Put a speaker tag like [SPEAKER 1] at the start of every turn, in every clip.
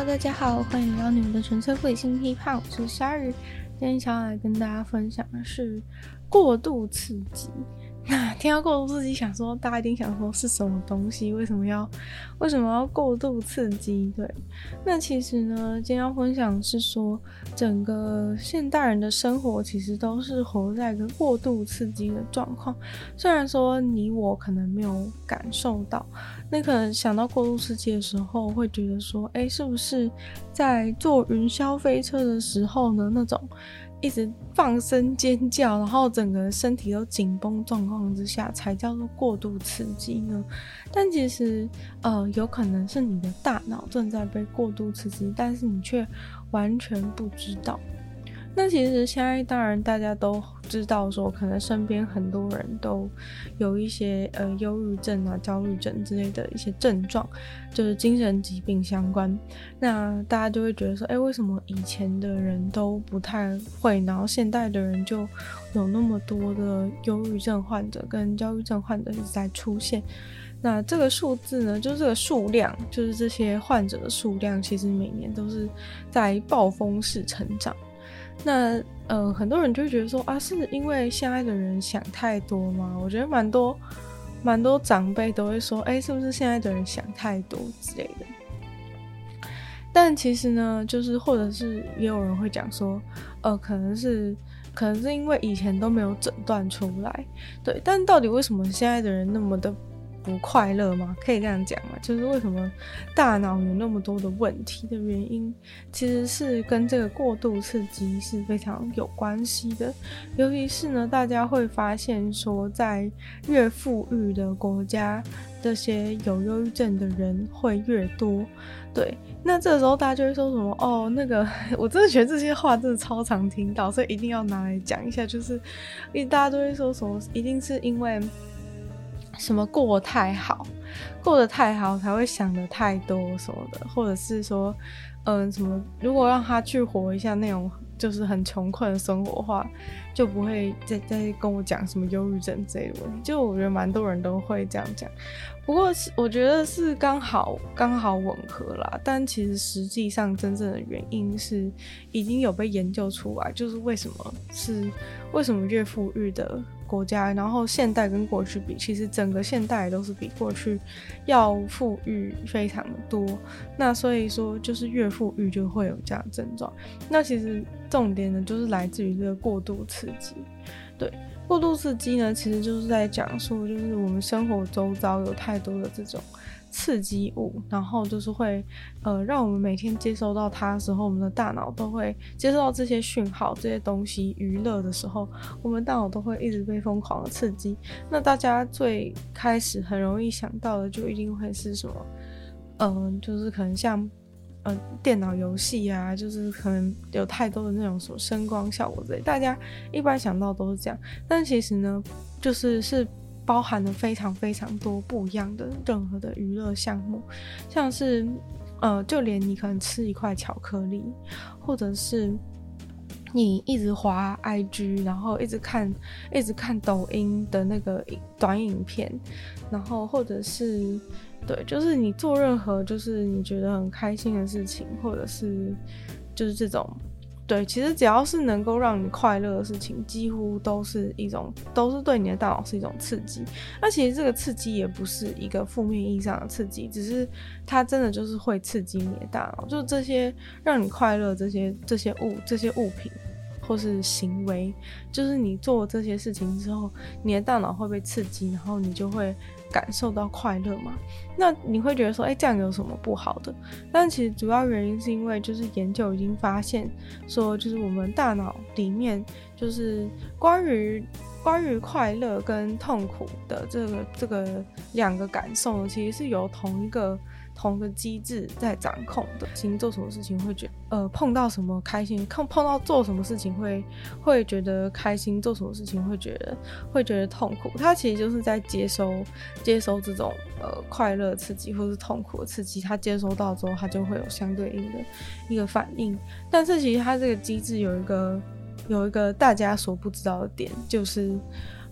[SPEAKER 1] Hello， 大家好，欢迎来到你们的纯粹不理性批判，我是鲨鱼。今天想要来跟大家分享的是过度刺激。那听到过度刺激，大家一定想说是什么东西？为什么要过度刺激？对，那其实呢，今天要分享的是说，整个现代人的生活其实都是活在一个过度刺激的状况。虽然说你我可能没有感受到，那可能想到过度刺激的时候，会觉得说，是不是在坐云霄飞车的时候呢，那种一直放声尖叫，然后整个身体都紧绷状况之下才叫做过度刺激呢？但其实有可能是你的大脑正在被过度刺激，但是你却完全不知道。那其实现在当然大家都知道说，可能身边很多人都有一些忧郁症啊、焦虑症之类的一些症状，就是精神疾病相关。那大家就会觉得说，为什么以前的人都不太会，然后现代的人就有那么多的忧郁症患者跟焦虑症患者一直在出现？那这个数字呢，就是这个数量，就是这些患者的数量，其实每年都是在暴风式成长。那很多人就会觉得说是因为现在的人想太多吗？我觉得蛮多长辈都会说，是不是现在的人想太多之类的。但其实呢，就是或者是也有人会讲说，可能是因为以前都没有诊断出来，对。但到底为什么现在的人那么的不快乐吗？可以这样讲吗？就是为什么大脑有那么多的问题的原因，其实是跟这个过度刺激是非常有关系的。尤其是呢，大家会发现说，在越富裕的国家，这些有忧郁症的人会越多。对，那这个时候大家就会说什么那个我真的觉得这些话真的超常听到，所以一定要拿来讲一下。就是大家都会说什么，一定是因为什么过得太好才会想得太多什么的，或者是说什么如果让他去活一下那种就是很穷困的生活的话，就不会再跟我讲什么忧郁症之类的问题。就我觉得蛮多人都会这样讲，不过我觉得是刚好吻合啦。但其实实际上真正的原因是已经有被研究出来，就是为什么越富裕的国家，然后现代跟过去比，其实整个现代都是比过去要富裕非常的多。那所以说就是越富裕就会有这样的症状。那其实重点呢，就是来自于这个过度刺激。对，过度刺激呢，其实就是在讲说，就是我们生活周遭有太多的这种刺激物，然后就是会让我们每天接收到它的时候，我们的大脑都会接收到这些讯号，这些东西娱乐的时候，我们大脑都会一直被疯狂的刺激。那大家最开始很容易想到的就一定会是什么就是可能像电脑游戏啊，就是可能有太多的那种什么声光效果之类，大家一般想到都是这样。但其实呢，就是包含了非常非常多不一样的任何的娱乐项目，像是就连你可能吃一块巧克力，或者是你一直滑 IG， 然后一直看抖音的那个短影片，然后或者是对，就是你做任何就是你觉得很开心的事情，或者是就是这种，对，其实只要是能够让你快乐的事情，几乎都是对你的大脑是一种刺激。那其实这个刺激也不是一个负面意义上的刺激，只是它真的就是会刺激你的大脑，就是这些让你快乐这些物品或是行为，就是你做这些事情之后，你的大脑会被刺激，然后你就会感受到快乐嘛。那你会觉得说这样有什么不好的？但其实主要原因是因为就是研究已经发现说，就是我们大脑里面就是关于快乐跟痛苦的这个两个感受呢，其实是由同一个机制在掌控的。做什么事情会觉得碰到什么开心，碰到做什么事情会觉得开心，做什么事情会觉得痛苦。它其实就是在接收这种快乐刺激或是痛苦的刺激，它接收到之后，它就会有相对应的一个反应。但是其实它这个机制有一个大家所不知道的点，就是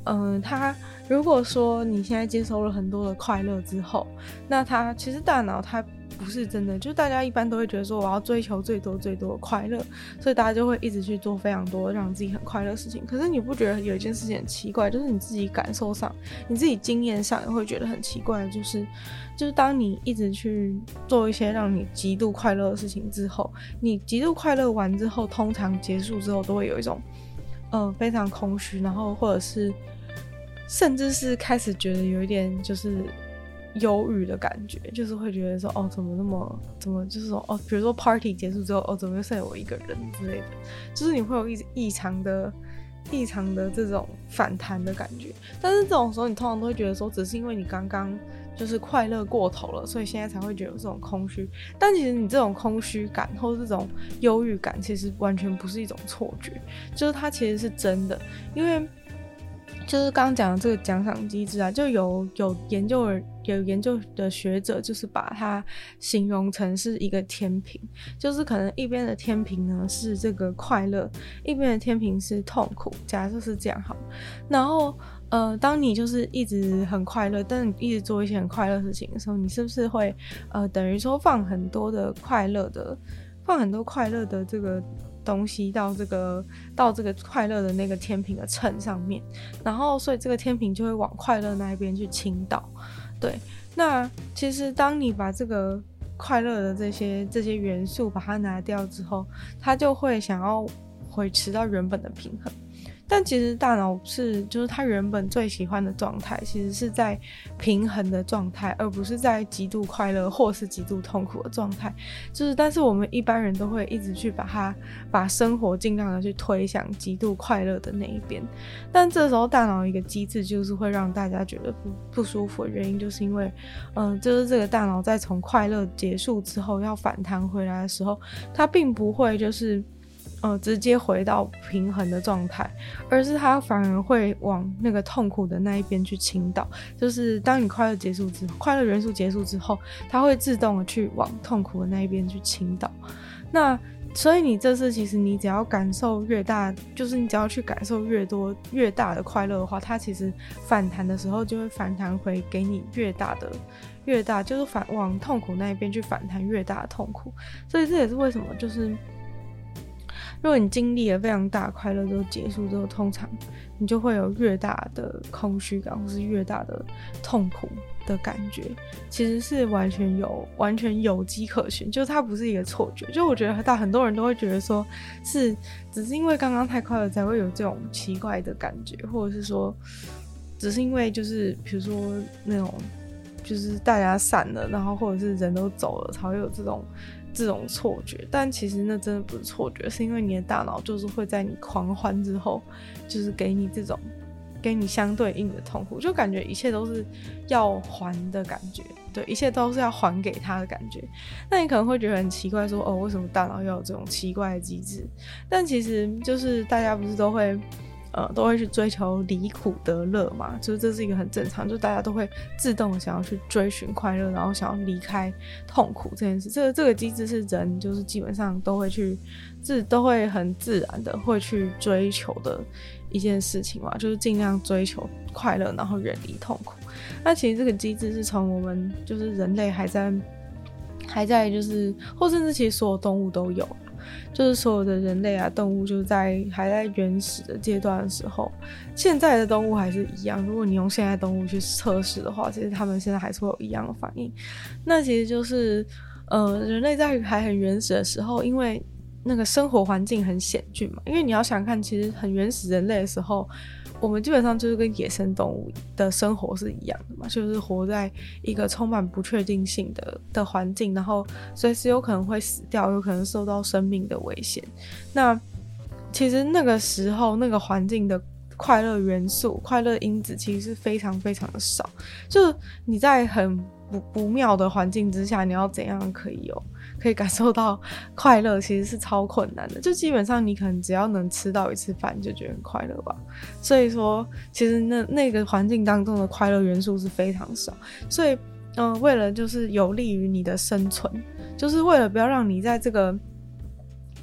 [SPEAKER 1] 它如果说你现在接收了很多的快乐之后，那它其实大脑它不是真的，就大家一般都会觉得说我要追求最多最多的快乐，所以大家就会一直去做非常多让自己很快乐的事情。可是你不觉得有一件事情很奇怪，就是你自己感受上，你自己经验上也会觉得很奇怪，就是当你一直去做一些让你极度快乐的事情之后，你极度快乐完之后，通常结束之后都会有一种非常空虚，然后或者是甚至是开始觉得有一点就是忧郁的感觉，就是会觉得说怎么就是说比如说 party 结束之后怎么又剩下我一个人之类的，就是你会有异常的这种反弹的感觉。但是这种时候你通常都会觉得说只是因为你刚刚就是快乐过头了，所以现在才会觉得有这种空虚。但其实你这种空虚感或这种忧郁感其实完全不是一种错觉，就是它其实是真的。因为就是刚刚讲的这个奖赏机制啊，就有研究的学者就是把它形容成是一个天平，就是可能一边的天平呢是这个快乐，一边的天平是痛苦，假设是这样好。然后当你就是一直很快乐，但你一直做一些很快乐的事情的时候，你是不是会等于说放很多快乐的这个东西到这个快乐的那个天平的秤上面，然后所以这个天平就会往快乐那一边去倾倒。对，那其实当你把这个快乐的这些元素把它拿掉之后，它就会想要维持到原本的平衡。但其实大脑就是它原本最喜欢的状态其实是在平衡的状态，而不是在极度快乐或是极度痛苦的状态。但是我们一般人都会一直去把生活尽量的去推向极度快乐的那一边。但这时候大脑一个机制就是会让大家觉得不舒服的原因，就是因为就是这个大脑在从快乐结束之后要反弹回来的时候，它并不会就是直接回到平衡的状态，而是它反而会往那个痛苦的那一边去倾倒。就是当你快乐元素结束之后，它会自动的去往痛苦的那一边去倾倒。那所以你这次其实你只要感受越大，就是你只要去感受越多越大的快乐的话，它其实反弹的时候就会反弹回给你越大，就是往痛苦那一边去反弹越大的痛苦。所以这也是为什么就是如果你经历了非常大的快乐之后结束之后，通常你就会有越大的空虚感或是越大的痛苦的感觉，其实是完全有迹可循，就是它不是一个错觉。就我觉得很多人都会觉得说是只是因为刚刚太快乐才会有这种奇怪的感觉，或者是说只是因为就是比如说那种就是大家散了，然后或者是人都走了才会有这种错觉。但其实那真的不是错觉，是因为你的大脑就是会在你狂欢之后就是给你相对应的痛苦，就感觉一切都是要还的感觉，对，一切都是要还给他的感觉。那你可能会觉得很奇怪说为什么大脑要有这种奇怪的机制？但其实就是大家不是都会去追求离苦得乐嘛，就是这是一个很正常，就大家都会自动的想要去追寻快乐，然后想要离开痛苦这件事。这个机制是人就是基本上都会很自然的会去追求的一件事情嘛，就是尽量追求快乐，然后远离痛苦。那其实这个机制是从我们就是人类还在就是或甚至其实所有动物都有，就是所有的人类啊动物就是还在原始的阶段的时候，现在的动物还是一样，如果你用现在动物去测试的话，其实他们现在还是会有一样的反应。那其实就是人类在还很原始的时候，因为那个生活环境很险峻嘛，因为你要想看其实很原始人类的时候，我们基本上就是跟野生动物的生活是一样的嘛，就是活在一个充满不确定性的环境，然后随时有可能会死掉，有可能受到生命的危险。那其实那个时候那个环境的快乐元素、快乐因子其实是非常非常的少，就是你在很不妙的环境之下，你要怎样可以感受到快乐，其实是超困难的。就基本上你可能只要能吃到一次饭就觉得很快乐吧。所以说其实那个环境当中的快乐元素是非常少。所以为了就是有利于你的生存，就是为了不要让你在这个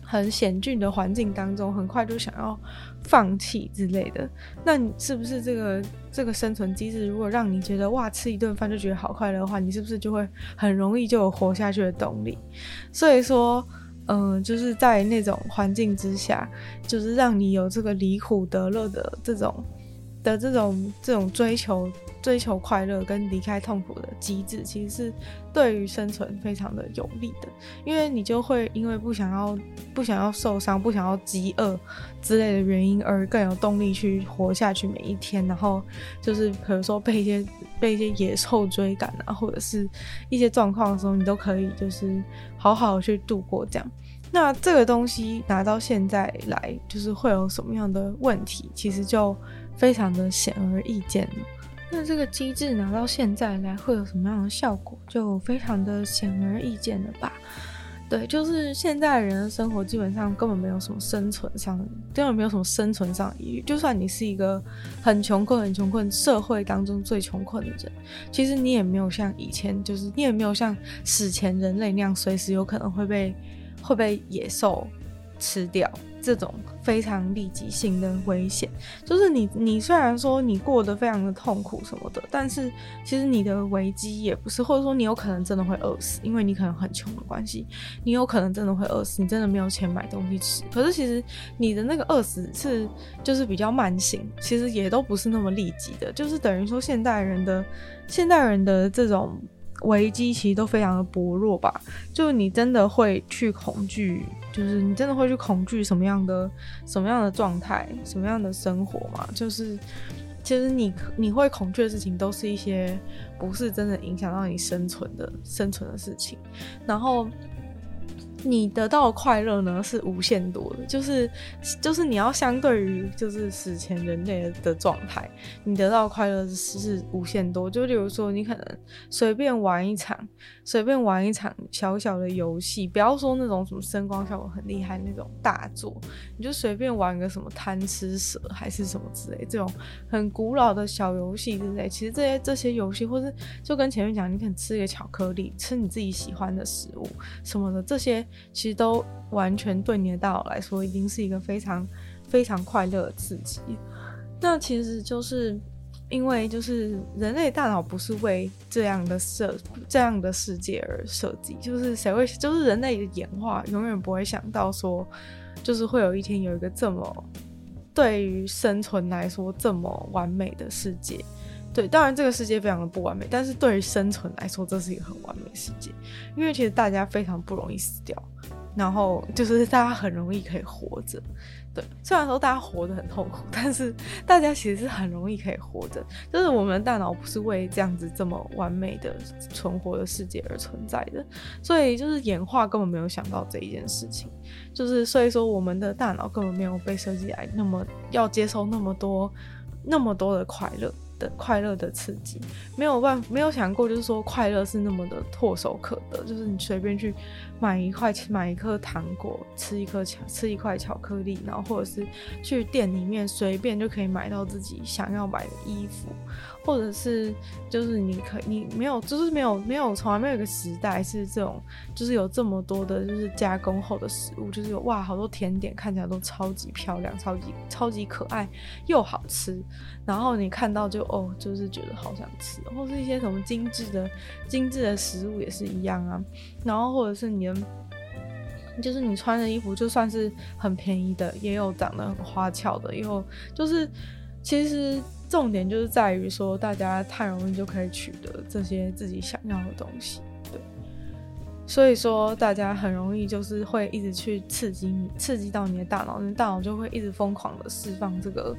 [SPEAKER 1] 很险峻的环境当中，很快就想要放弃之类的。那你是不是这个生存机制，如果让你觉得哇吃一顿饭就觉得好快乐的话，你是不是就会很容易就有活下去的动力？所以说就是在那种环境之下，就是让你有这个离苦得乐的这种追求快乐跟离开痛苦的机制，其实是对于生存非常的有利的。因为你就会因为不想要受伤，不想要饥饿之类的原因，而更有动力去活下去每一天。然后就是比如说被一些野兽追赶啊，或者是一些状况的时候，你都可以就是好好去度过这样。那这个东西拿到现在来，就是会有什么样的问题，其实就非常的显而易见了。那这个机制拿到现在来会有什么样的效果，就非常的显而易见了吧。对，就是现在人的生活基本上根本没有什么生存上的疑虑。就算你是一个很穷困社会当中最穷困的人，其实你也没有像以前，就是你也没有像史前人类那样随时有可能会被野兽吃掉，这种非常立即性的危险。就是你虽然说你过得非常的痛苦什么的，但是其实你的危机也不是，或者说你有可能真的会饿死，因为你可能很穷的关系，你有可能真的会饿死，你真的没有钱买东西吃。可是其实你的那个饿死是就是比较慢性，其实也都不是那么立即的，就是等于说现代人的这种危机其实都非常的薄弱吧。就你真的会去恐惧，就是你真的会去恐惧什么样的状态，什么样的生活嘛？就是其实你会恐惧的事情，都是一些不是真的影响到你生存的事情。然后你得到的快乐呢是无限多的，就是你要相对于就是史前人类的状态，你得到的快乐是无限多。就例如说你可能随便玩一场小小的游戏，不要说那种什么声光效果很厉害那种大作，你就随便玩个什么贪吃蛇还是什么之类，这种很古老的小游戏之类，其实这些游戏，或是就跟前面讲，你可能吃一个巧克力，吃你自己喜欢的食物什么的，这些其实都完全对你的大脑来说已经是一个非常非常快乐的刺激。那其实就是因为就是人类大脑不是为这样的世界而设计，就是就是人类的演化永远不会想到说，就是会有一天有一个这么对于生存来说这么完美的世界。对，当然这个世界非常的不完美，但是对于生存来说，这是一个很完美的世界，因为其实大家非常不容易死掉，然后就是大家很容易可以活着。对，虽然说大家活得很痛苦，但是大家其实是很容易可以活着，就是我们的大脑不是为这样子这么完美的存活的世界而存在的，所以就是演化根本没有想到这一件事情，就是所以说我们的大脑根本没有被设计来那么要接受那么多的快乐的刺激，没有想过就是说快乐是那么的唾手可得，就是你随便去买一颗糖果，吃一块巧克力，然后或者是去店里面随便就可以买到自己想要买的衣服，或者是就是你没有从来没有一个时代是这种，就是有这么多的就是加工后的食物，就是有哇好多甜点看起来都超级漂亮，超级可爱又好吃，然后你看到就是觉得好想吃，或是一些什么精致的食物也是一样啊，然后或者是就是你穿的衣服就算是很便宜的，也有长得很花俏的，也有就是其实重点就是在于说大家太容易就可以取得这些自己想要的东西，对，所以说大家很容易就是会一直去刺激到你的大脑，你的大脑就会一直疯狂的释放这个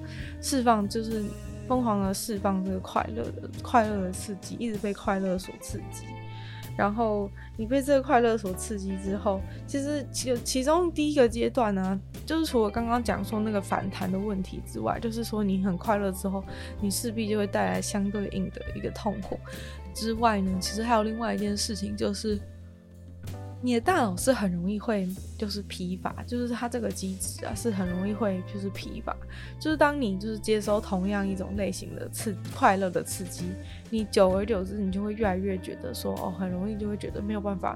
[SPEAKER 1] 快乐的刺激，一直被快乐所刺激。然后你被这个快乐所刺激之后，其实其中第一个阶段呢，就是除了刚刚讲说那个反弹的问题之外，就是说你很快乐之后，你势必就会带来相对应的一个痛苦之外呢，其实还有另外一件事情，就是你的大脑是很容易会就是疲乏，就是它这个机制啊是很容易会就是疲乏，就是当你就是接收同样一种类型的快乐的刺激，你久而久之你就会越来越觉得说很容易就会觉得没有办法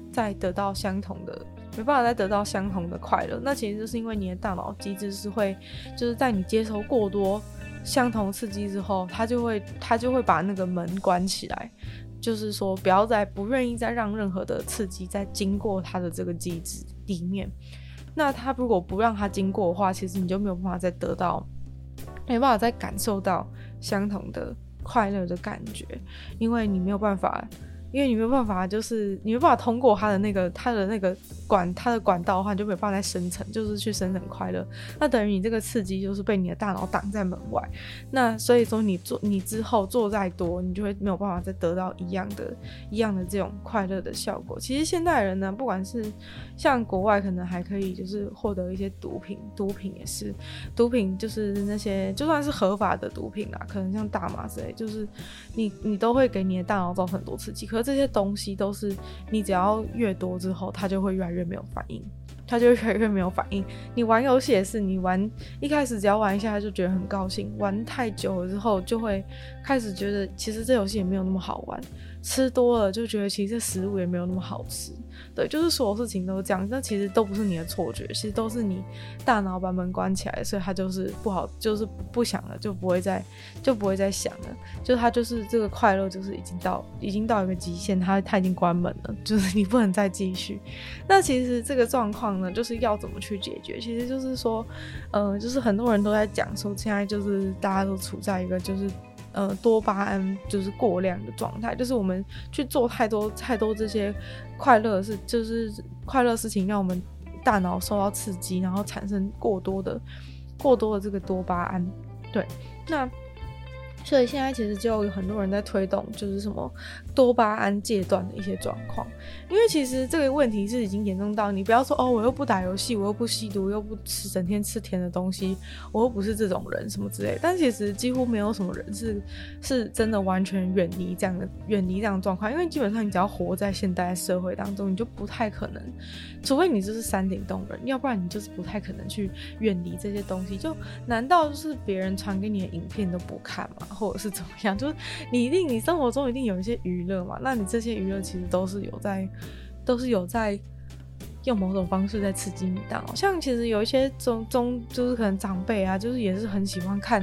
[SPEAKER 1] 再得到相同的快乐。那其实就是因为你的大脑机制是会，就是在你接收过多相同刺激之后，它就会把那个门关起来，就是说不愿意再让任何的刺激再经过它的这个机制里面。那它如果不让它经过的话，其实你就没有办法再感受到相同的快乐的感觉，因为你没有办法，就是你没有办法通过它的管道的话，你就没有办法再生成，就是去生成快乐。那等于你这个刺激就是被你的大脑挡在门外。那所以说你之后做再多，你就会没有办法再得到一样的这种快乐的效果。其实现代人呢，不管是像国外可能还可以就是获得一些毒品也是，毒品就是那些就算是合法的毒品啦，可能像大麻之类，就是你都会给你的大脑造成很多刺激。可是这些东西都是你只要越多之后，它就会越来越没有反应。你玩游戏也是，你一开始只要玩一下就觉得很高兴，玩太久了之后就会开始觉得其实这游戏也没有那么好玩，吃多了就觉得其实这食物也没有那么好吃。对，就是所有事情都是这样，但其实都不是你的错觉，其实都是你大脑把门关起来，所以它就是不好，就是不想了，就不会再想了，就它就是这个快乐就是已经到一个极限，它已经关门了，就是你不能再继续。那其实这个状况呢，就是要怎么去解决？其实就是说，就是很多人都在讲说，现在就是大家都处在一个就是多巴胺就是过量的状态，就是我们去做太多这些快乐事情，让我们大脑受到刺激，然后产生过多的这个多巴胺。对，那所以现在其实就有很多人在推动就是什么多巴胺戒断的一些状况，因为其实这个问题是已经严重到你不要说我又不打游戏，我又不吸毒，又不整天吃甜的东西，我又不是这种人什么之类的，但其实几乎没有什么人是真的完全远离这样的状况，因为基本上你只要活在现代社会当中，你就不太可能，除非你就是山顶洞人，要不然你就是不太可能去远离这些东西。就难道就是别人传给你的影片都不看吗？或者是怎么样？就是你生活中一定有一些娱乐嘛，那你这些娱乐其实都是有在用某种方式在刺激你大脑。像其实有一些就是可能长辈啊，就是也是很喜欢看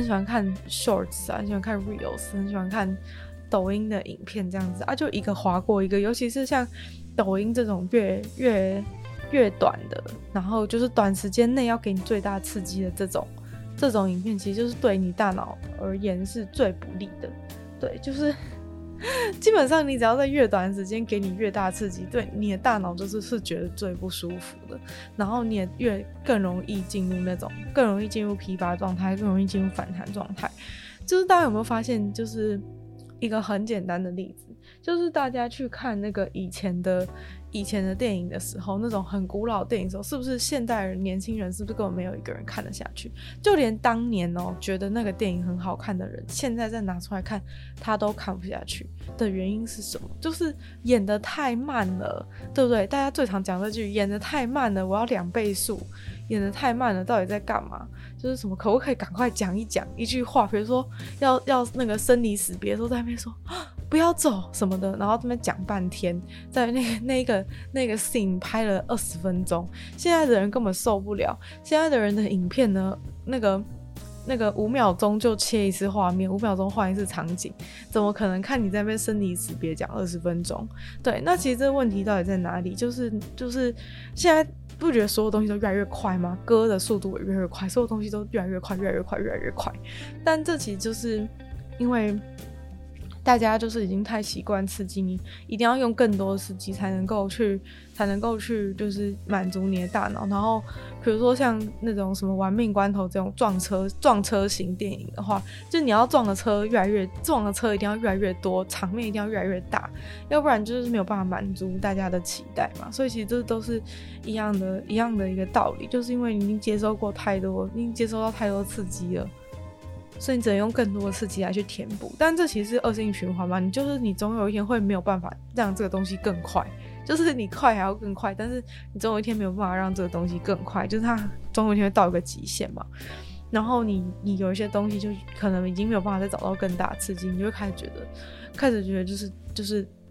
[SPEAKER 1] shorts 啊，很喜欢看 reels， 很喜欢看抖音的影片这样子啊，就一个滑过一个，尤其是像抖音这种越短的，然后就是短时间内要给你最大刺激的这种影片，其实就是对你大脑而言是最不利的。对，就是基本上你只要在越短的时间给你越大刺激，对你的大脑是觉得最不舒服的，然后你也更容易进入疲乏状态，更容易进入反弹状态。就是大家有没有发现，就是一个很简单的例子，就是大家去看那个以前的电影的时候，那种很古老的电影的时候，是不是现代人年轻人是不是根本没有一个人看得下去？就连当年觉得那个电影很好看的人，现在再拿出来看他都看不下去的原因是什么？就是演得太慢了，对不对？大家最常讲这句演得太慢了，我要2倍速，演得太慢了，到底在干嘛？就是什么可不可以赶快讲一句话，比如说要那个生离死别的时候在那边说不要走什么的，然后这边讲半天，在那个 scene 拍了20分钟，现在的人根本受不了。现在的人的影片呢，那个5秒钟就切一次画面，5秒钟换一次场景，怎么可能看你在那边生离死别讲20分钟？对，那其实这个问题到底在哪里？就是现在不觉得所有东西都越来越快吗？歌的速度也越来越快，所有东西都越来越快，越来越快，越来越快。但这其实就是因为大家就是已经太习惯刺激，你一定要用更多的刺激才能够去就是满足你的大脑。然后比如说像那种什么玩命关头这种撞车型电影的话，就你要撞的车一定要越来越多，场面一定要越来越大，要不然就是没有办法满足大家的期待嘛。所以其实这都是一样的一个道理，就是因为你已经接收到太多刺激了，所以你只能用更多的刺激来去填补，但这其实是恶性循环嘛。你总有一天会没有办法让这个东西更快，就是你快还要更快，但是你总有一天没有办法让这个东西更快，就是它总有一天会到一个极限嘛。然后你有一些东西就可能已经没有办法再找到更大的刺激，你就会开始觉得就是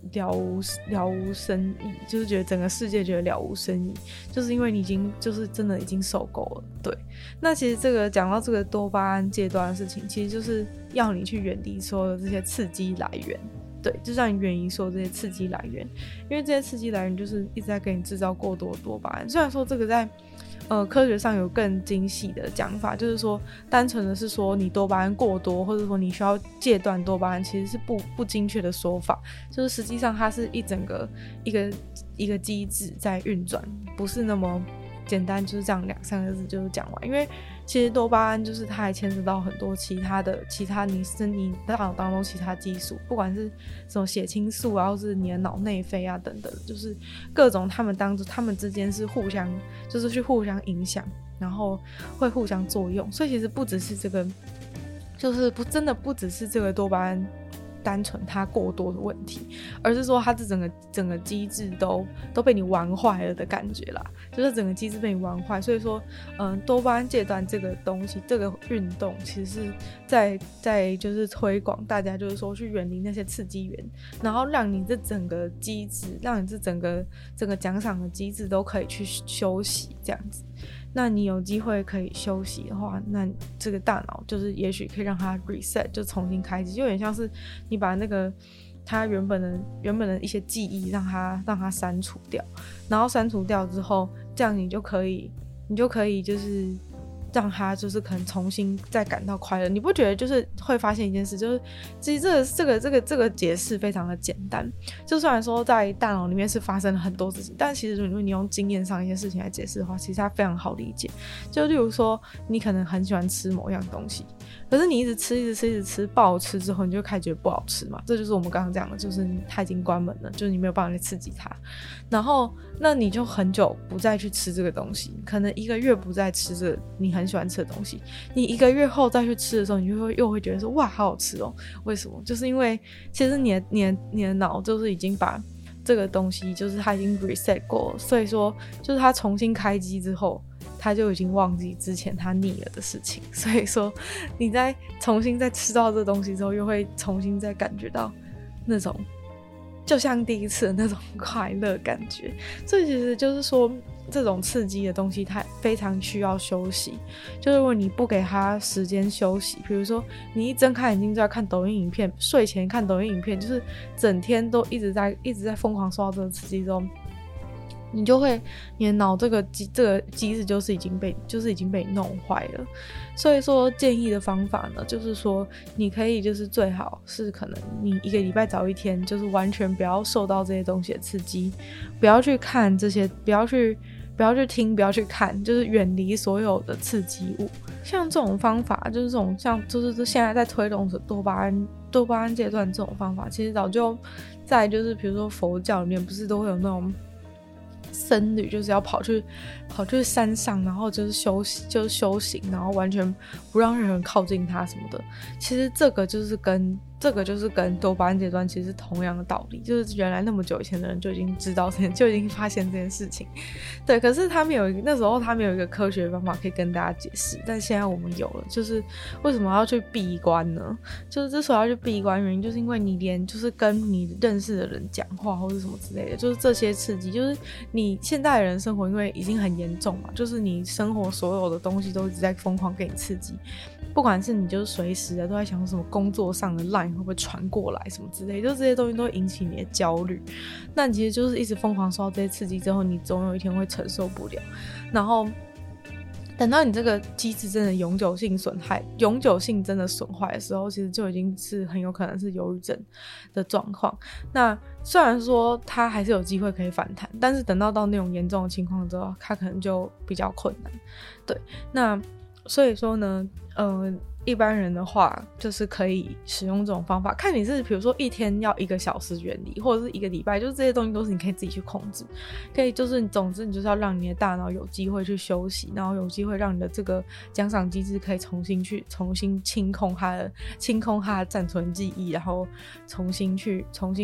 [SPEAKER 1] 了无生意，就是觉得整个世界觉得了无生意，就是因为你已经就是真的已经受够了。对，那其实这个讲到这个多巴胺戒断的事情，其实就是要你去远离所有的这些刺激来源。对，就是让你远离所有这些刺激来源，因为这些刺激来源就是一直在给你制造过多的多巴胺。虽然说这个在科学上有更精细的讲法，就是说单纯的是说你多巴胺过多，或者说你需要戒断多巴胺，其实是不精确的说法，就是实际上它是一整个一个机制在运转，不是那么简单就是这样2-3个字就是讲完。因为其实多巴胺就是它还牵涉到很多其他你大脑当中其他激素，不管是什么血清素啊，或是你的脑内啡啊等等，就是各种他们之间是互相影响，然后会互相作用。所以其实不只是这个，就是真的不只是这个多巴胺单纯它过多的问题，而是说它这整个机制都被你玩坏了的感觉啦，就是整个机制被你玩坏。所以说多巴胺戒断这个东西，这个运动其实是在就是推广大家就是说去远离那些刺激源，然后让你这整个机制，让你这整个奖赏的机制都可以去休息这样子。那你有机会可以休息的话，那这个大脑就是也许可以让它 reset， 就重新开机，就有点像是你把那个它原本的一些记忆让它删除掉，然后删除掉之后，这样你就可以就是让他就是可能重新再感到快乐。你不觉得就是会发现一件事，就是其实这个解释非常的简单，就虽然说在大脑里面是发生了很多事情，但其实如果你用经验上一些事情来解释的话，其实它非常好理解。就例如说你可能很喜欢吃某样东西，可是你一直吃暴吃之后，你就开始觉得不好吃嘛，这就是我们刚刚讲的，就是它已经关门了，就是你没有办法去刺激它，然后那你就很久不再去吃这个东西，可能1个月不再吃这个你很喜欢吃的东西，你1个月后再去吃的时候，你就又会觉得说哇好好吃哦。为什么？就是因为其实你的脑就是已经把这个东西就是它已经 reset 过了，所以说就是它重新开机之后，他就已经忘记之前他腻了的事情，所以说你再重新再吃到这东西之后，又会重新再感觉到那种就像第一次的那种快乐感觉。所以其实就是说这种刺激的东西它非常需要休息，就是如果你不给他时间休息，比如说你一睁开眼睛就在看抖音影片，睡前看抖音影片，就是整天都一直在疯狂受到这个刺激之后，你的脑这个机制就是已经被弄坏了。所以说建议的方法呢，就是说你可以就是最好是可能你1个礼拜找1天，就是完全不要受到这些东西的刺激，不要去看这些，不要去听，不要去看，就是远离所有的刺激物。像这种方法，就是这种像就是现在在推动的多巴胺戒断这种方法，其实早就在就是比如说佛教里面不是都会有那种僧侣，就是要跑去山上，然后就是修行，然后完全不让任何人靠近他什么的。其实这个就是跟多巴胺戒断其实是同样的道理，就是原来那么久以前的人就已经知道就已经发现这件事情。对，可是那时候他没有一个科学方法可以跟大家解释，但现在我们有了。就是为什么要去闭关呢？就是之所以要去闭关，原因就是因为你连就是跟你认识的人讲话或者什么之类的，就是这些刺激，就是你现代人生活因为已经很严重嘛，就是你生活所有的东西都一直在疯狂给你刺激，不管是你就是随时的都在想什么工作上的 line 会不会传过来什么之类的，就这些东西都会引起你的焦虑。那你其实就是一直疯狂受到这些刺激之后，你总有一天会承受不了，然后等到你这个机制真的永久性真的损坏的时候，其实就已经是很有可能是忧郁症的状况。那虽然说它还是有机会可以反弹，但是等到那种严重的情况之后，它可能就比较困难。对，那所以说呢一般人的话就是可以使用这种方法，看你是比如说1天要1个小时远离，或者是1个礼拜，就是这些东西都是你可以自己去控制，可以就是总之你就是要让你的大脑有机会去休息，然后有机会让你的这个奖赏机制可以重新清空它的暂存记忆，然后重新去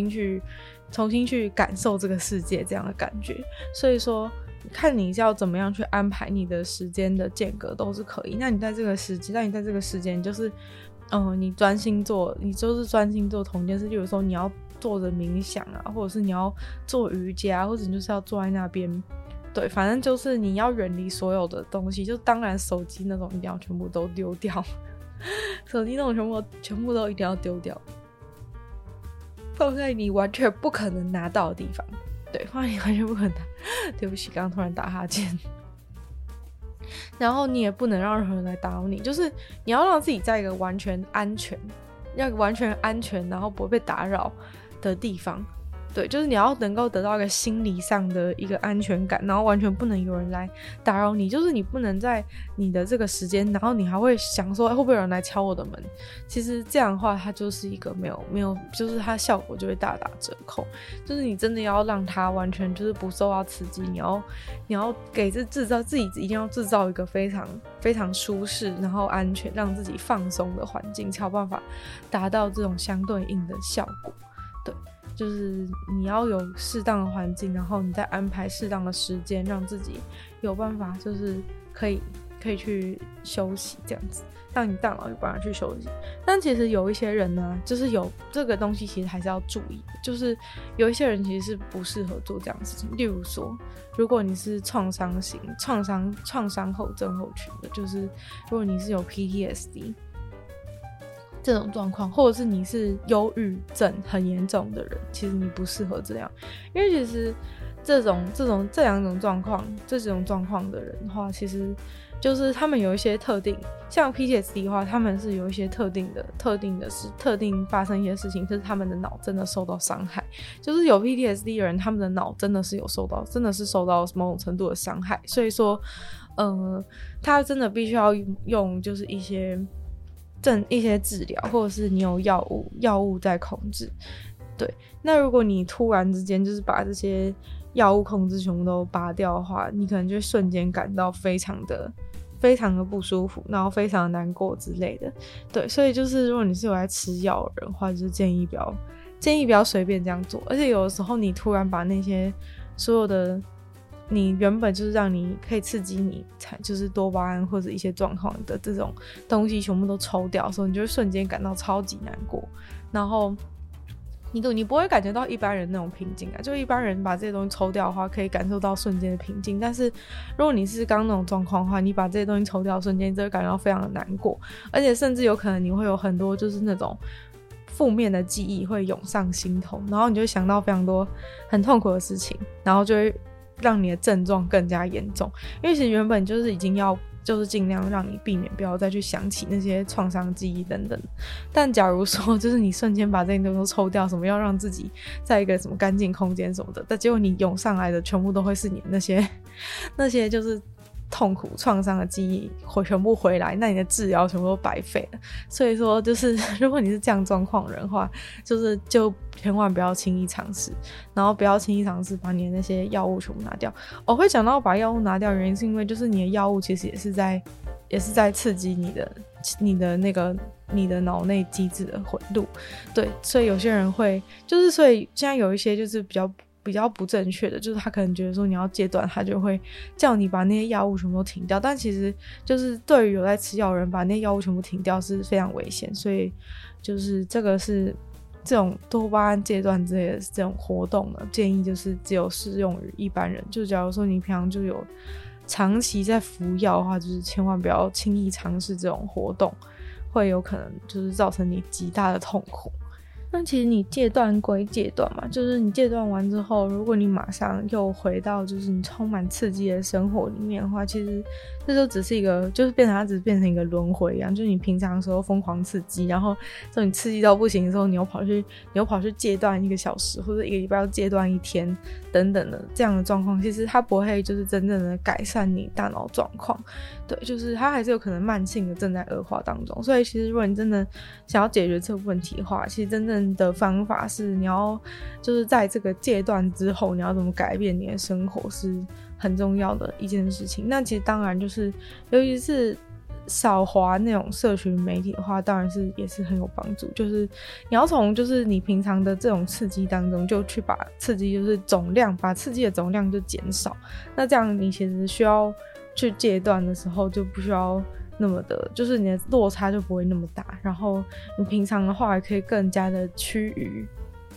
[SPEAKER 1] 感受这个世界这样的感觉。所以说看你要怎么样去安排你的时间的间隔都是可以。那你在这个时间就是你就是专心做同一件事，比如说你要坐着冥想啊，或者是你要做瑜伽，或者你就是要坐在那边，对，反正就是你要远离所有的东西，就当然手机那种一定要全部都丢掉，手机那种全部都一定要丢掉，放在你完全不可能拿到的地方，对，放在你完全不可能拿，对不起，刚刚突然打哈欠。然后你也不能让任何人来打扰你，就是你要让自己在一个完全安全，然后不会被打扰的地方，对，就是你要能够得到一个心理上的一个安全感，然后完全不能有人来打扰你，就是你不能在你的这个时间，然后你还会想说会不会有人来敲我的门，其实这样的话它就是一个没有，就是它效果就会大打折扣，就是你真的要让它完全就是不受到刺激，你要给自己一定要制造一个非常非常舒适然后安全让自己放松的环境，才有办法达到这种相对应的效果，对，就是你要有适当的环境，然后你再安排适当的时间，让自己有办法就是可以去休息，这样子让你大脑有办法去休息。但其实有一些人呢，就是有这个东西其实还是要注意，就是有一些人其实是不适合做这样的事情，例如说如果你是创伤后症候群的，就是如果你是有 PTSD这种状况，或者是你是忧郁症很严重的人，其实你不适合这样，因为其实这两种状况的人的话，其实就是他们有一些特定，像 PTSD 的话，他们是有一些特定发生一些事情，就是他们的脑真的受到伤害，就是有 PTSD 的人，他们的脑真的是受到某种程度的伤害，所以说他真的必须要用就是一些治疗，或者是你有药物在控制，对。那如果你突然之间就是把这些药物控制全部都拔掉的话，你可能就会瞬间感到非常的不舒服，然后非常的难过之类的，对。所以就是如果你是有在吃药的人的话，就是建议不要随便这样做，而且有的时候你突然把那些所有的你原本就是让你可以刺激你就是多巴胺或者一些状况的这种东西全部都抽掉的时候，你就会瞬间感到超级难过，然后你不会感觉到一般人那种平静啊，就一般人把这些东西抽掉的话可以感受到瞬间的平静，但是如果你是刚刚那种状况的话，你把这些东西抽掉的瞬间你就会感到非常的难过，而且甚至有可能你会有很多就是那种负面的记忆会涌上心头，然后你就会想到非常多很痛苦的事情，然后就会让你的症状更加严重，因为其实原本就是已经要就是尽量让你避免不要再去想起那些创伤记忆等等，但假如说就是你瞬间把这些东西都抽掉，什么要让自己在一个什么干净空间什么的，但结果你涌上来的全部都会是你的那些就是痛苦创伤的记忆全部回来，那你的治疗全部都白费了。所以说就是如果你是这样状况的人的话，就千万不要轻易尝试，然后不要轻易尝试把你的那些药物全部拿掉。我会讲到把药物拿掉的原因是因为就是你的药物其实也是在刺激你的脑内机制的回路，对，所以有些人会就是所以现在有一些就是比较不正确的，就是他可能觉得说你要戒断，他就会叫你把那些药物全部都停掉，但其实就是对于有在吃药的人，把那些药物全部停掉是非常危险，所以就是这个是这种多巴胺戒断之类的这种活动呢，建议就是只有适用于一般人，就假如说你平常就有长期在服药的话，就是千万不要轻易尝试这种活动，会有可能就是造成你极大的痛苦。那其实你戒断归戒断嘛，就是你戒断完之后，如果你马上又回到就是你充满刺激的生活里面的话，其实这就只是一个就是它只是变成一个轮回一样，就是你平常的时候疯狂刺激，然后等你刺激到不行的时候，你又跑去戒断1个小时，或者1个礼拜要戒断1天等等的这样的状况，其实它不会就是真正的改善你大脑状况，对，就是它还是有可能慢性的正在恶化当中。所以其实如果你真的想要解决这个问题的话，其实真正的方法是你要就是在这个戒断之后，你要怎么改变你的生活是很重要的一件事情。那其实当然就是尤其是少滑那种社群媒体的话，当然是也是很有帮助，就是你要从就是你平常的这种刺激当中就去把刺激就是把刺激的总量就减少，那这样你其实需要去戒断的时候就不需要那么的就是你的落差就不会那么大，然后你平常的话也可以更加的趋于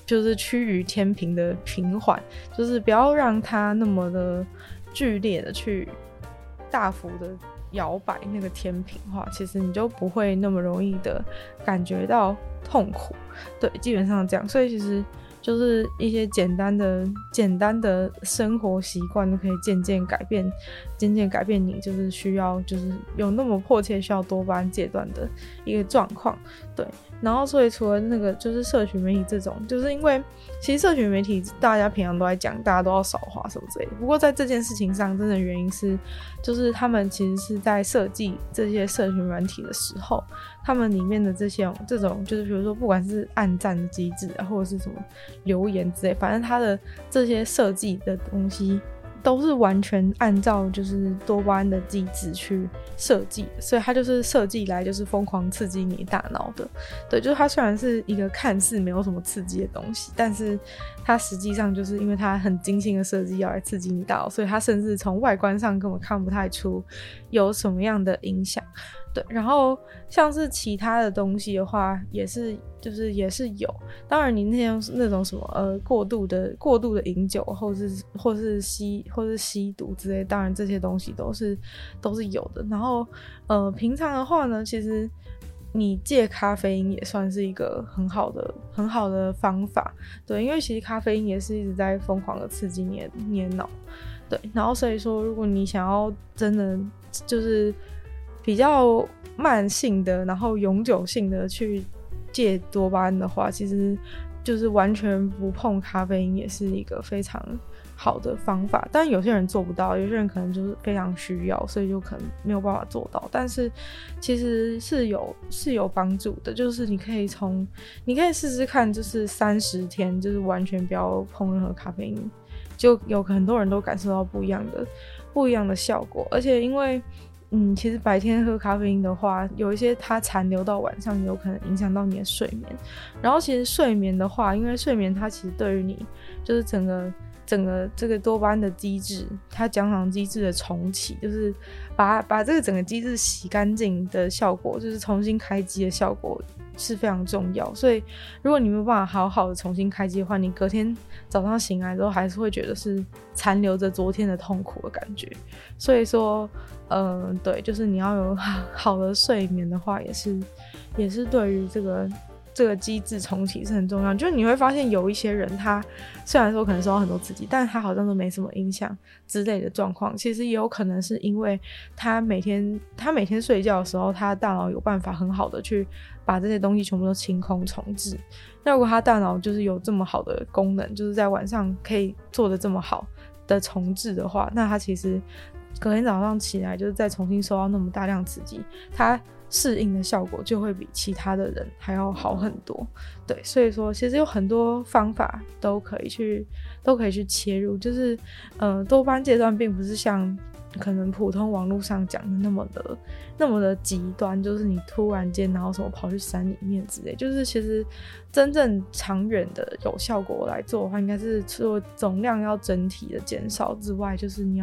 [SPEAKER 1] 就是趋于天平的平缓，就是不要让它那么的剧烈的去大幅的摇摆那个天平的话，其实你就不会那么容易的感觉到痛苦。对，基本上这样。所以其实就是一些简单的生活习惯就可以渐渐改变你就是需要就是有那么迫切需要多巴胺戒断的一个状况。对，然后所以除了那个就是社群媒体这种，就是因为其实社群媒体大家平常都在讲大家都要少滑什么之类的，不过在这件事情上真的原因是就是他们其实是在设计这些社群软体的时候，他们里面的这种就是比如说不管是按赞的机制或者是什么留言之类，反正他的这些设计的东西都是完全按照就是多巴胺的机制去设计的，所以它就是设计来就是疯狂刺激你大脑的。对，就是它虽然是一个看似没有什么刺激的东西，但是它实际上就是因为它很精心的设计要来刺激你大脑，所以它甚至从外观上根本看不太出有什么样的影响。对，然后像是其他的东西的话也是有，当然你那种什么过度的饮酒或是吸毒之类，当然这些东西都是有的。然后平常的话呢，其实你戒咖啡因也算是一个很好的方法。对，因为其实咖啡因也是一直在疯狂的刺激你的脑。对，然后所以说如果你想要真的就是比较慢性的然后永久性的去戒多巴胺的话，其实就是完全不碰咖啡因也是一个非常好的方法。但有些人做不到，有些人可能就是非常需要，所以就可能没有办法做到，但是其实是有帮助的。就是你可以试试看，就是30天就是完全不要碰任何咖啡因，就有很多人都感受到不一样的效果。而且因为其实白天喝咖啡因的话，有一些它残留到晚上有可能影响到你的睡眠。然后其实睡眠的话，因为睡眠它其实对于你就是整个这个多巴胺的机制，它奖赏机制的重启，就是把这个整个机制洗干净的效果，就是重新开机的效果是非常重要。所以如果你没有办法好好的重新开机的话，你隔天早上醒来之后还是会觉得是残留着昨天的痛苦的感觉。所以说对，就是你要有好的睡眠的话，也是对于这个机制重启是很重要。就是你会发现有一些人他虽然说可能受到很多刺激，但他好像都没什么影响之类的状况，其实也有可能是因为他每天睡觉的时候，他大脑有办法很好的去把这些东西全部都清空重置。那如果他大脑就是有这么好的功能，就是在晚上可以做的这么好的重置的话，那他其实隔天早上起来就是再重新受到那么大量刺激，他适应的效果就会比其他的人还要好很多。对，所以说其实有很多方法都可以去切入。就是多巴胺戒断并不是像可能普通网络上讲的那么的极端，就是你突然间然后什么跑去山里面之类。就是其实真正长远的有效果来做的话，应该是除了总量要整体的减少之外，就是你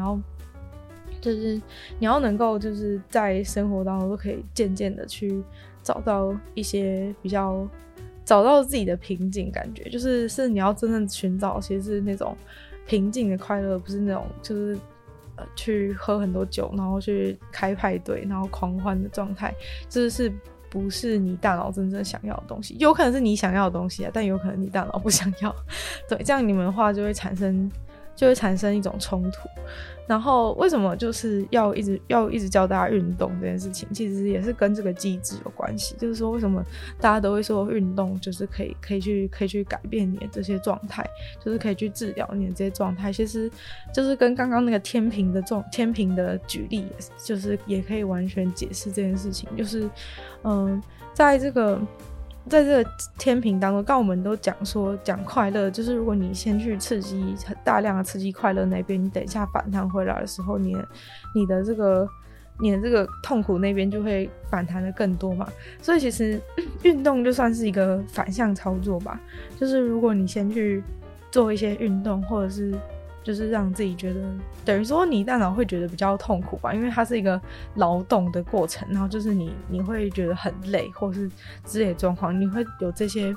[SPEAKER 1] 要能够就是在生活当中都可以渐渐的去找到一些找到自己的瓶颈感觉。就是你要真正寻找其实是那种平静的快乐，不是那种就是去喝很多酒然后去开派对然后狂欢的状态。就是不是你大脑真正想要的东西，有可能是你想要的东西但有可能你大脑不想要。对，这样你们的话就会产生一种冲突。然后为什么就是要一直教大家运动这件事情，其实也是跟这个机制有关系。就是说为什么大家都会说运动就是可以去改变你的这些状态，就是可以去治疗你的这些状态，其实就是跟刚刚那个天平的举例，就是也可以完全解释这件事情。就是在这个天平当中，刚我们都讲快乐，就是如果你先去大量的刺激快乐那边，你等一下反弹回来的时候，你的这个痛苦那边就会反弹的更多嘛。所以其实运动就算是一个反向操作吧。就是如果你先去做一些运动，或者是就是让自己觉得等于说你大脑会觉得比较痛苦吧，因为它是一个劳动的过程，然后就是你会觉得很累或是之类的状况，你会有这些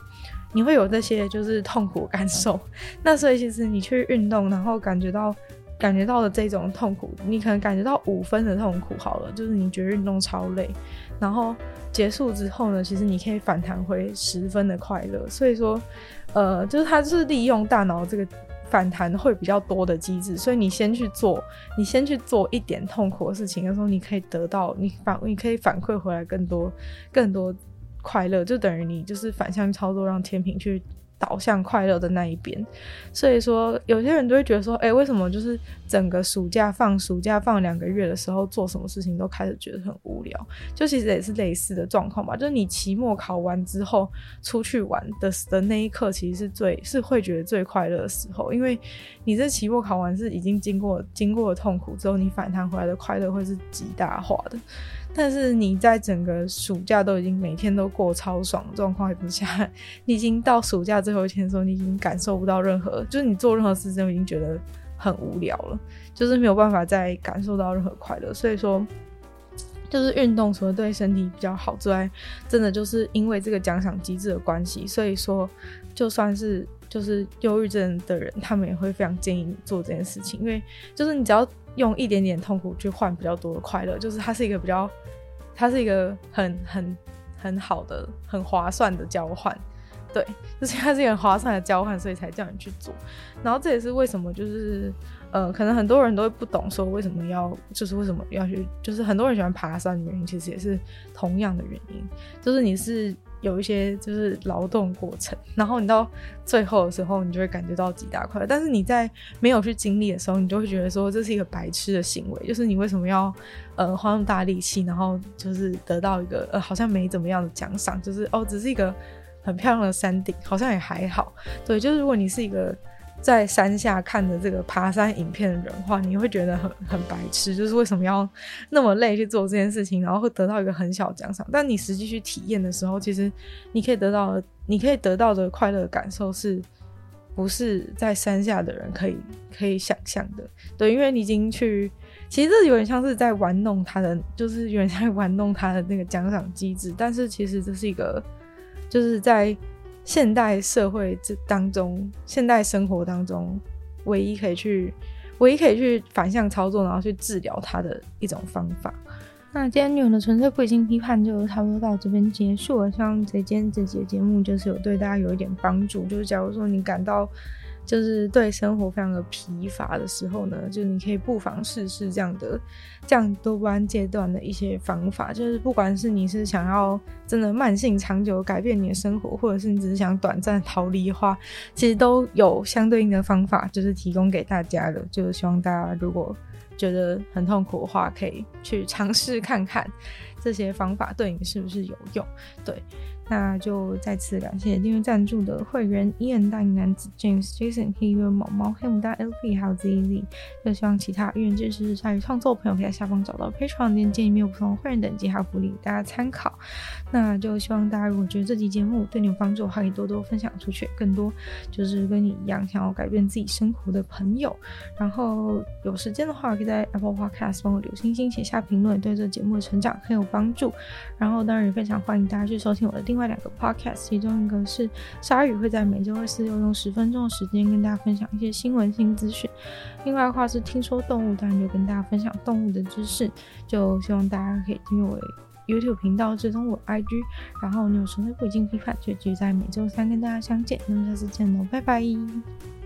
[SPEAKER 1] 你会有这些就是痛苦感受。那所以其实你去运动，然后感觉到的这种痛苦，你可能感觉到5分的痛苦好了，就是你觉得运动超累，然后结束之后呢，其实你可以反弹回10分的快乐。所以说就是它就是利用大脑这个反弹会比较多的机制，所以你先去做一点痛苦的事情的时候，你可以得到你可以反馈回来更多快乐，就等于你就是反向操作，让天平去导向快乐的那一边。所以说有些人都会觉得说为什么就是整个暑假放2个月的时候做什么事情都开始觉得很无聊，就其实也是类似的状况吧。就是你期末考完之后出去玩的那一刻，其实是会觉得最快乐的时候，因为你这期末考完是已经经过了痛苦之后，你反弹回来的快乐会是极大化的。但是你在整个暑假都已经每天都过超爽的状况之下，你已经到暑假最后一天的时候，你已经感受不到就是你做任何事情已经觉得很无聊了，就是没有办法再感受到任何快乐。所以说就是运动除了对身体比较好之外，真的就是因为这个奖赏机制的关系，所以说就算是就是忧郁症的人，他们也会非常建议你做这件事情，因为就是你只要用一点点痛苦去换比较多的快乐，就是它是一个很好的很划算的交换。对，就是它是一个很划算的交换，所以才叫你去做。然后这也是为什么就是可能很多人都会不懂说为什么要去，就是很多人喜欢爬山的原因其实也是同样的原因，就是你是有一些就是劳动过程，然后你到最后的时候你就会感觉到极大快乐。但是你在没有去经历的时候，你就会觉得说这是一个白痴的行为，就是你为什么要花那么大力气，然后就是得到一个好像没怎么样的奖赏，就是只是一个很漂亮的山顶，好像也还好。对，就是如果你是一个在山下看的这个爬山影片的人的话，你会觉得很白痴，就是为什么要那么累去做这件事情，然后会得到一个很小奖赏。但你实际去体验的时候，其实你可以得到的快乐的感受是不是在山下的人可以想象的。对，因为你已经去，其实这有点像是在玩弄他的，就是有点像玩弄他的那个奖赏机制，但是其实这是一个就是在现代社会当中，现代生活当中唯一可以去反向操作，然后去治疗它的一种方法。那今天女友的纯粹不理性批判就差不多到这边结束了，希望这集的节目就是有对大家有一点帮助。就是假如说你感到就是对生活非常的疲乏的时候呢，就是你可以不妨试试这样多巴胺阶段的一些方法。就是不管是你是想要真的慢性长久改变你的生活，或者是你只是想短暂逃离的话，其实都有相对应的方法就是提供给大家的。就是希望大家如果觉得很痛苦的话，可以去尝试看看这些方法对你是不是有用。对，那就再次感谢订阅赞助的会员Ian、大龄男子 James、Jason、Hero、毛毛、黑牡丹、LP 还有 ZZ。就希望其他愿意支持鲨鱼创作的朋友可以在下方找到 Patreon 链接，里面有不同的会员等级还有福利给大家参考。那就希望大家如果觉得这期节目对你有帮助，还可以多多分享出去，更多就是跟你一样想要改变自己生活的朋友。然后有时间的话可以在 Apple Podcast 帮我留星星写下评论，对这个节目的成长很有帮助。然后当然也非常欢迎大家去收听我的另外2个 podcast， 其中一个是鲨鱼会在每周2、4、6用10分钟的时间跟大家分享一些新闻新资讯，另外的话是听说动物，当然就跟大家分享动物的知识。就希望大家可以订阅我的 YouTube 频道，追踪我的 IG， 然后你有纯粹不理性批判就继续在每周3跟大家相见。那么下次见喽，拜拜。